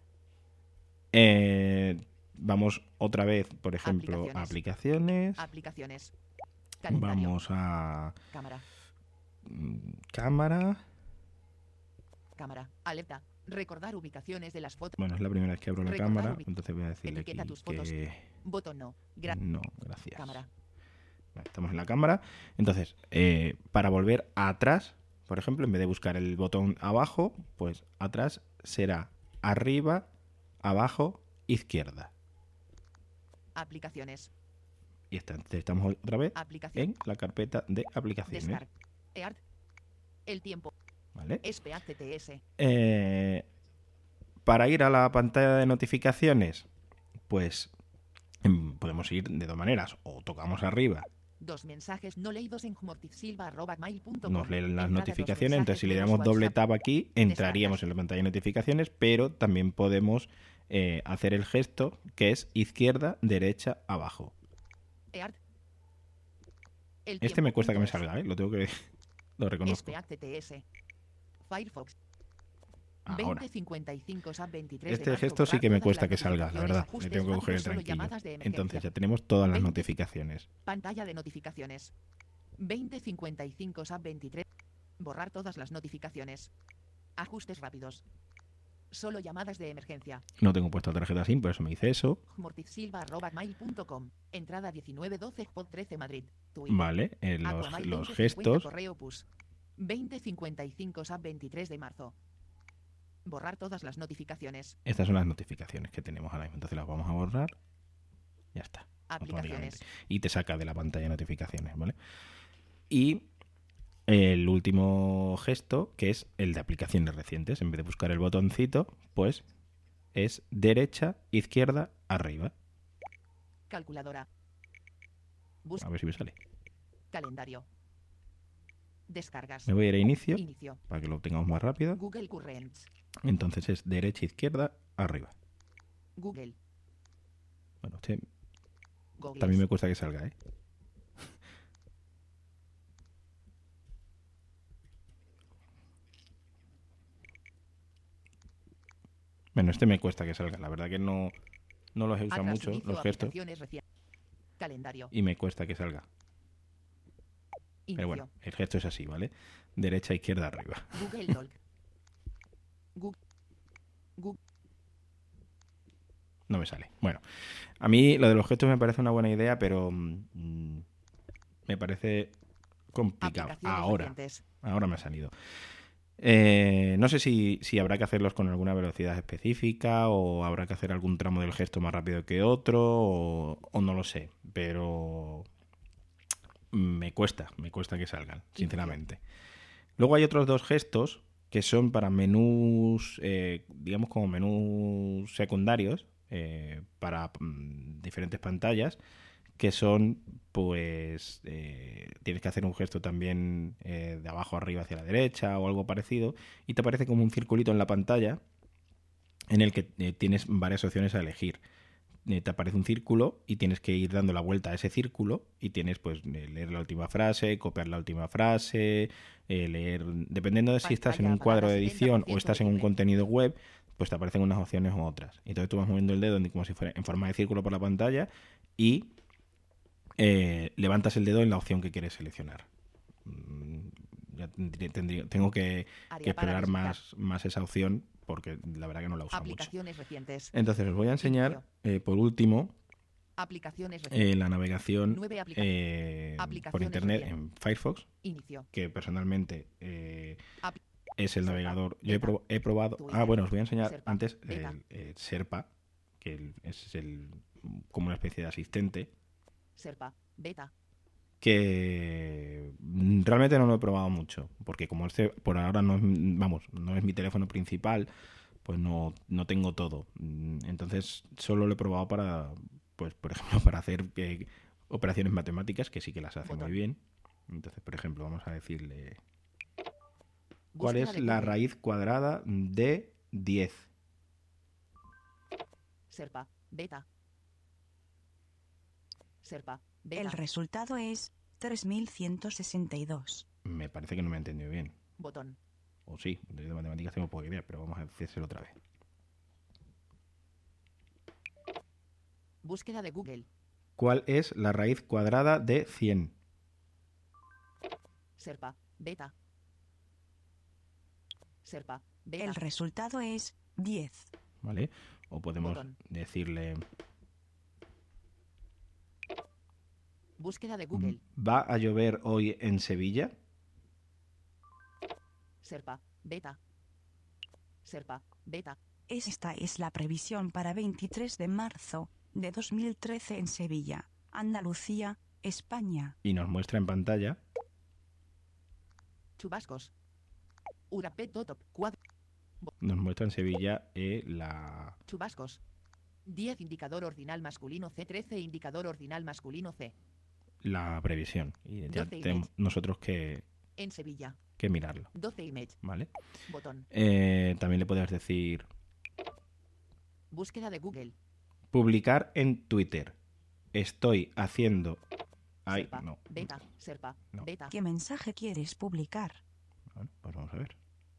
Vamos otra vez, por ejemplo, a aplicaciones. Aplicaciones. Vamos a cámara. Alerta. Recordar ubicaciones de las fotos. Bueno, es la primera vez que abro la cámara, entonces voy a decirle aquí que... Botón no. No, gracias. Cámara. Vale, estamos en la cámara. Entonces, para volver atrás, por ejemplo, en vez de buscar el botón abajo, pues atrás será arriba, abajo, izquierda. Aplicaciones. Y estamos otra vez en la carpeta de aplicaciones. El tiempo. ¿Vale? SPACTS. Para ir a la pantalla de notificaciones, pues podemos ir de 2 maneras. O tocamos arriba. 2 mensajes no leídos en humortizsilva@mail.com. Nos leen las notificaciones, entonces si le damos doble tap aquí, entraríamos en la pantalla de notificaciones, pero también podemos hacer el gesto que es izquierda, derecha, abajo. Este me cuesta que me salga, lo reconozco. Firefox. Ahora. 2055 SAP 23 Este gesto sí que me cuesta que salga, la verdad. Le tengo que coger el tranquillo. Entonces ya tenemos todas las notificaciones. Pantalla de notificaciones. 2055 SAP 23. Borrar todas las notificaciones. Ajustes rápidos. Solo llamadas de emergencia. No tengo puesto tarjeta SIM, por eso me dice eso. mortizsilva@mail.com. Entrada 1912 Pod 13 Madrid. Vale, los gestos. Correo push. 2055 SAP 23 de marzo. Borrar todas las notificaciones. Estas son las notificaciones que tenemos ahora mismo. Entonces las vamos a borrar. Ya está. Aplicaciones. Y te saca de la pantalla de notificaciones, ¿vale? Y el último gesto, que es el de aplicaciones recientes. En vez de buscar el botoncito, pues es derecha, izquierda, arriba. Calculadora. A ver si me sale. Calendario. Descargas. Me voy a ir a inicio. Para que lo tengamos más rápido. Google Currents. Entonces es derecha, izquierda, arriba. Google. Bueno, también me cuesta que salga, ¿eh? Bueno, me cuesta que salga. La verdad que no los he usado mucho, los gestos. Calendario. Y me cuesta que salga. Pero bueno, el gesto es así, ¿vale? Derecha, izquierda, arriba. Google Talk. Google. No me sale. Bueno, a mí lo de los gestos me parece una buena idea, pero me parece complicado. Ahora me ha salido. No sé si habrá que hacerlos con alguna velocidad específica o habrá que hacer algún tramo del gesto más rápido que otro o no lo sé, pero me cuesta que salgan, sinceramente. Luego hay otros 2 gestos que son para menús, digamos como menús secundarios para diferentes pantallas, que son, pues, tienes que hacer un gesto también de abajo arriba hacia la derecha o algo parecido, y te aparece como un circulito en la pantalla en el que tienes varias opciones a elegir. Te aparece un círculo y tienes que ir dando la vuelta a ese círculo y tienes, pues, leer la última frase, copiar la última frase, leer... Dependiendo de si estás en un cuadro de edición o estás en un contenido web, pues te aparecen unas opciones u otras. Entonces tú vas moviendo el dedo como si fuera en forma de círculo por la pantalla y levantas el dedo en la opción que quieres seleccionar. Ya tengo que explorar más esa opción porque la verdad que no la uso mucho. Recientes. Entonces os voy a enseñar por último Aplicaciones la navegación Nueve por aplicaciones internet recién. en Firefox, Inicio. que personalmente Apl- es el Serpa, navegador. Yo beta, he probado. Twitter, Bueno, os voy a enseñar Serpa, antes beta. el Serpa, que es como una especie de asistente, Serpa. Beta. que realmente no lo he probado mucho, porque como este por ahora no es mi teléfono principal, pues no tengo todo. Entonces solo lo he probado para, pues por ejemplo, para hacer operaciones matemáticas, que sí que las hace Botón. muy bien. Entonces, por ejemplo, vamos a decirle ¿cuál Búsqueda es de la Google. raíz cuadrada de 10? Serpa. Beta. Serpa. Beta. El resultado es 3162. Me parece que no me he entendido bien. Botón. O sí, de matemáticas tengo poca idea, pero vamos a hacérselo otra vez. Búsqueda de Google. ¿Cuál es la raíz cuadrada de 100? Serpa. Beta. Serpa. Beta. El resultado es 10. ¿Vale? O podemos Botón. decirle Búsqueda de Google. ¿va a llover hoy en Sevilla? Serpa. Beta. Serpa. Beta. Esta es la previsión para 23 de marzo de 2013 en Sevilla, Andalucía, España. Y nos muestra en pantalla Chubascos. Urapetotop. Cuadro. nos muestra en Sevilla la... Chubascos. 10 indicador ordinal masculino C. 13 indicador ordinal masculino C. la previsión. Y ya 12 tenemos image. nosotros que En Sevilla. mirarlo. 12 image. ¿Vale? Botón. También le puedes decir Búsqueda de Google. publicar en Twitter. Estoy haciendo... Ay, Serpa. no. Beta. Serpa. No. Beta. ¿Qué mensaje quieres publicar? Bueno, pues vamos a ver.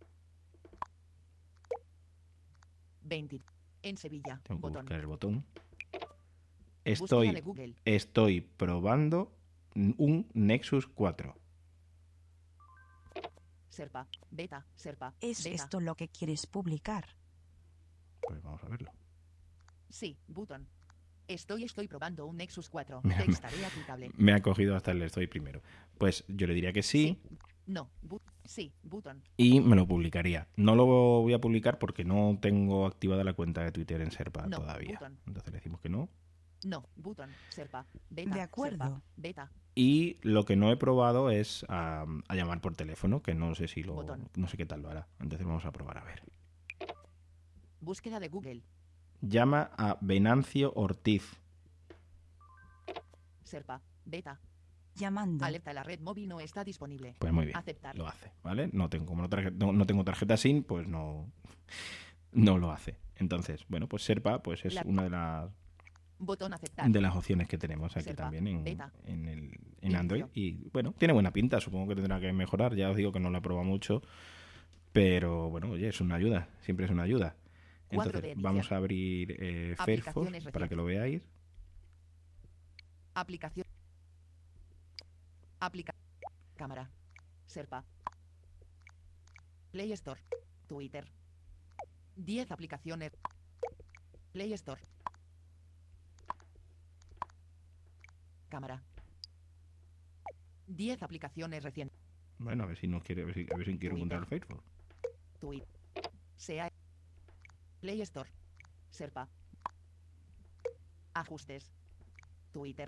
20. En Sevilla. Tengo que Botón. buscar el botón. Búsqueda de Google. Estoy probando un Nexus 4. Serpa. Beta. Serpa. ¿Es Beta. esto lo que quieres publicar? Pues vamos a verlo. Sí. Botón. Estoy probando un Nexus 4. Mira, Textarea aplicable. Me ha cogido hasta el estoy primero. Pues yo le diría que sí. No. Sí. Botón. Y me lo publicaría. No lo voy a publicar porque no tengo activada la cuenta de Twitter en Serpa No, todavía. botón. Entonces le decimos que no. No. Botón. Serpa. Beta. De acuerdo. Serpa, beta. Y lo que no he probado es a llamar por teléfono, que no sé si Botón. no sé qué tal lo hará. Entonces vamos a probar a ver. Búsqueda de Google. Llama a Venancio Ortiz. Serpa. Beta. Llamando. Alerta, la red móvil no está disponible. Pues muy bien. Aceptar. Lo hace, ¿vale? No tengo, como no tengo tarjeta SIM, pues no lo hace. Entonces, bueno, pues Serpa pues es una Botón aceptar. de las opciones que tenemos aquí Serpa, también beta. en Android. Y bueno, tiene buena pinta, supongo que tendrá que mejorar. Ya os digo que no la he probado mucho, pero bueno, oye, es una ayuda, siempre es una ayuda. Cuadro Entonces, de edición. vamos a abrir Firefox Aplicaciones para que lo veáis. Aplicación. Cámara. Serpa. Play Store. Twitter. 10 aplicaciones. Play Store. Cámara. 10 aplicaciones recientes. Bueno, a ver si no quiere, a ver si quiero encontrar el Firefox. Tweet. SEA. Play Store. Serpa. Ajustes. Twitter.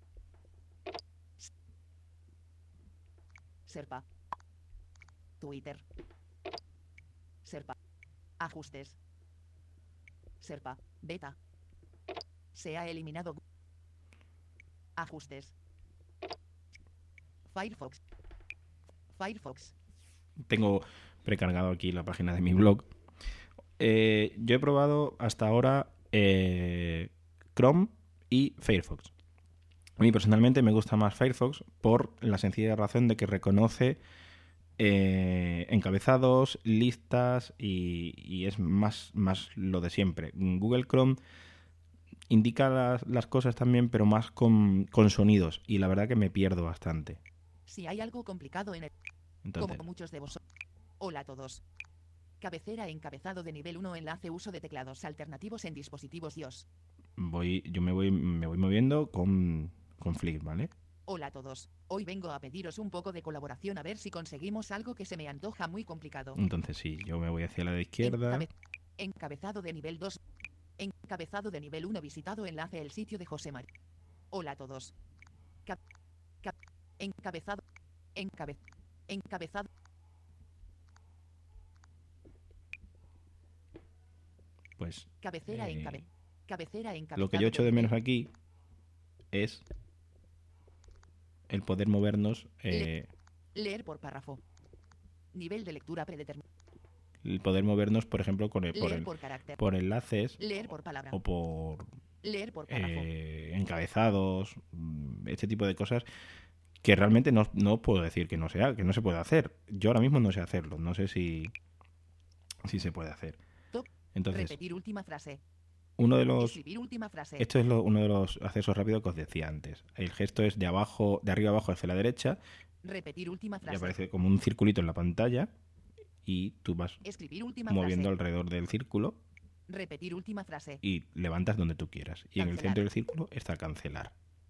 Serpa. Twitter. Serpa. Ajustes. Serpa. Beta. Se ha eliminado. Ajustes. Firefox. Firefox. Tengo precargado aquí la página de mi blog. Yo he probado hasta ahora Chrome y Firefox. A mí personalmente me gusta más Firefox por la sencilla razón de que reconoce encabezados, listas y es más lo de siempre. Google Chrome indica las cosas también, pero más con sonidos, y la verdad que me pierdo bastante. Si hay algo complicado en el... Entonces, Como muchos de vosotros. Hola a todos. Cabecera encabezado de nivel 1 enlace uso de teclados alternativos en dispositivos iOS. yo me voy moviendo con Flick, ¿vale? Hola a todos. Hoy vengo a pediros un poco de colaboración a ver si conseguimos algo que se me antoja muy complicado. Entonces sí, yo me voy hacia la de izquierda. Encabezado de nivel 2. Encabezado de nivel 1 visitado enlace el sitio de José María. Hola a todos. Encabezado. Pues cabecera encabezado. Lo que yo echo de menos aquí es el poder movernos. Leer por párrafo. Nivel de lectura predeterminado. El poder movernos, por ejemplo, por enlaces. Leer por palabra. O por leer por párrafo. Encabezados, este tipo de cosas que realmente no puedo decir que no se puede hacer. Yo ahora mismo no sé hacerlo. No sé si se puede hacer. Entonces, repetir última frase. Escribir última frase. Esto es uno de los accesos rápidos que os decía antes. El gesto es de arriba abajo hacia la derecha. Repetir última frase. Y aparece como un circulito en la pantalla y tú vas moviendo alrededor del círculo. Repetir última frase. Y levantas donde tú quieras. Y Cancelar. En el centro del círculo está cancelar.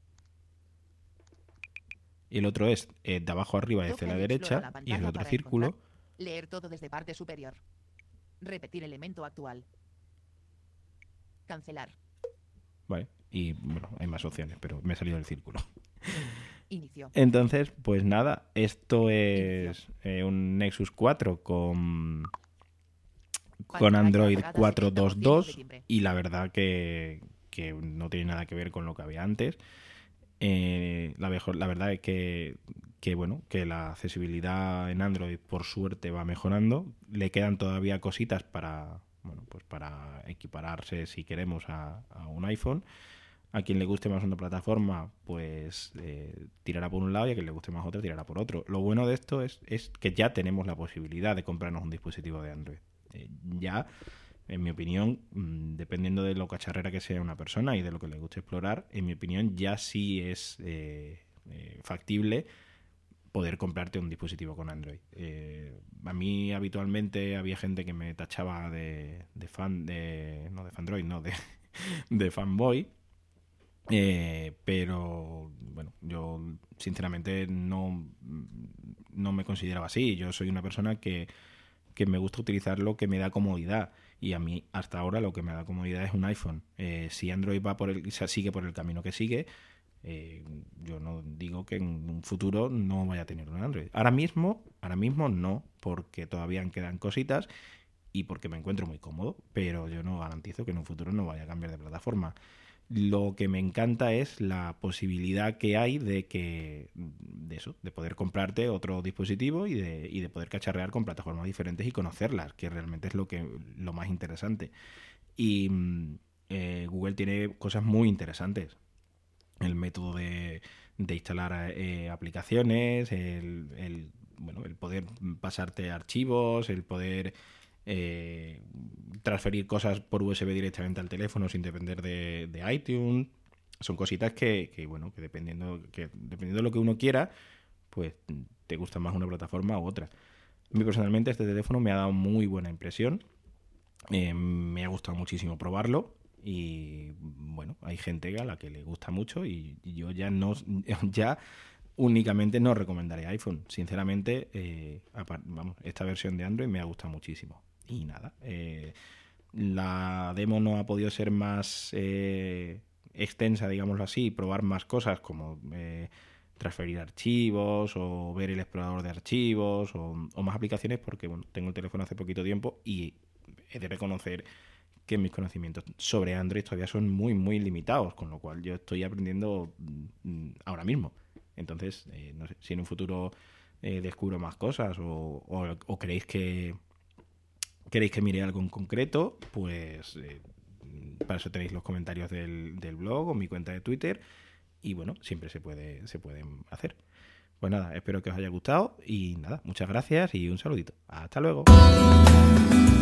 Y el otro es de abajo arriba hacia la derecha. Y el otro círculo. Leer todo desde parte superior. Repetir elemento actual. Cancelar. Vale. Y bueno, hay más opciones, pero me he salido del círculo. Inicio. Entonces, pues nada, esto es un Nexus 4 con Android 4.2.2 y la verdad que no tiene nada que ver con lo que había antes. La verdad es que bueno, que la accesibilidad en Android por suerte va mejorando. Le quedan todavía cositas para equipararse si queremos a un iPhone. A quien le guste más una plataforma, pues tirará por un lado, y a quien le guste más otra, tirará por otro. Lo bueno de esto es que ya tenemos la posibilidad de comprarnos un dispositivo de Android. Ya, en mi opinión, dependiendo de lo cacharrera que sea una persona y de lo que le guste explorar, en mi opinión ya sí es factible poder comprarte un dispositivo con Android. A mí habitualmente había gente que me tachaba de fanboy. Pero bueno, yo sinceramente no me consideraba así. Yo soy una persona que me gusta utilizar lo que me da comodidad, y a mí hasta ahora lo que me da comodidad es un iPhone. Si Android sigue por el camino que sigue, yo no digo que en un futuro no vaya a tener un Android. Ahora mismo no, porque todavía quedan cositas y porque me encuentro muy cómodo, pero yo no garantizo que en un futuro no vaya a cambiar de plataforma. Lo que me encanta es la posibilidad que hay de poder comprarte otro dispositivo y de poder cacharrear con plataformas diferentes y conocerlas, que realmente es lo más interesante. Y Google tiene cosas muy interesantes. El método de instalar aplicaciones, el poder pasarte archivos, el poder transferir cosas por USB directamente al teléfono sin depender de iTunes. Son cositas que dependiendo de lo que uno quiera, pues te gusta más una plataforma u otra. A mí personalmente este teléfono me ha dado muy buena impresión. Me ha gustado muchísimo probarlo. Y bueno, hay gente a la que le gusta mucho, y yo ya únicamente no recomendaré iPhone. Sinceramente, esta versión de Android me ha gustado muchísimo. Y nada, la demo no ha podido ser más extensa, digámoslo así, probar más cosas como transferir archivos o ver el explorador de archivos o más aplicaciones, porque bueno, tengo el teléfono hace poquito tiempo y he de reconocer que mis conocimientos sobre Android todavía son muy, muy limitados, con lo cual yo estoy aprendiendo ahora mismo. Entonces, no sé, si en un futuro descubro más cosas o queréis que mire algo en concreto, pues para eso tenéis los comentarios del blog o mi cuenta de Twitter, y bueno, siempre se pueden hacer. Pues nada, espero que os haya gustado y nada, muchas gracias y un saludito. Hasta luego.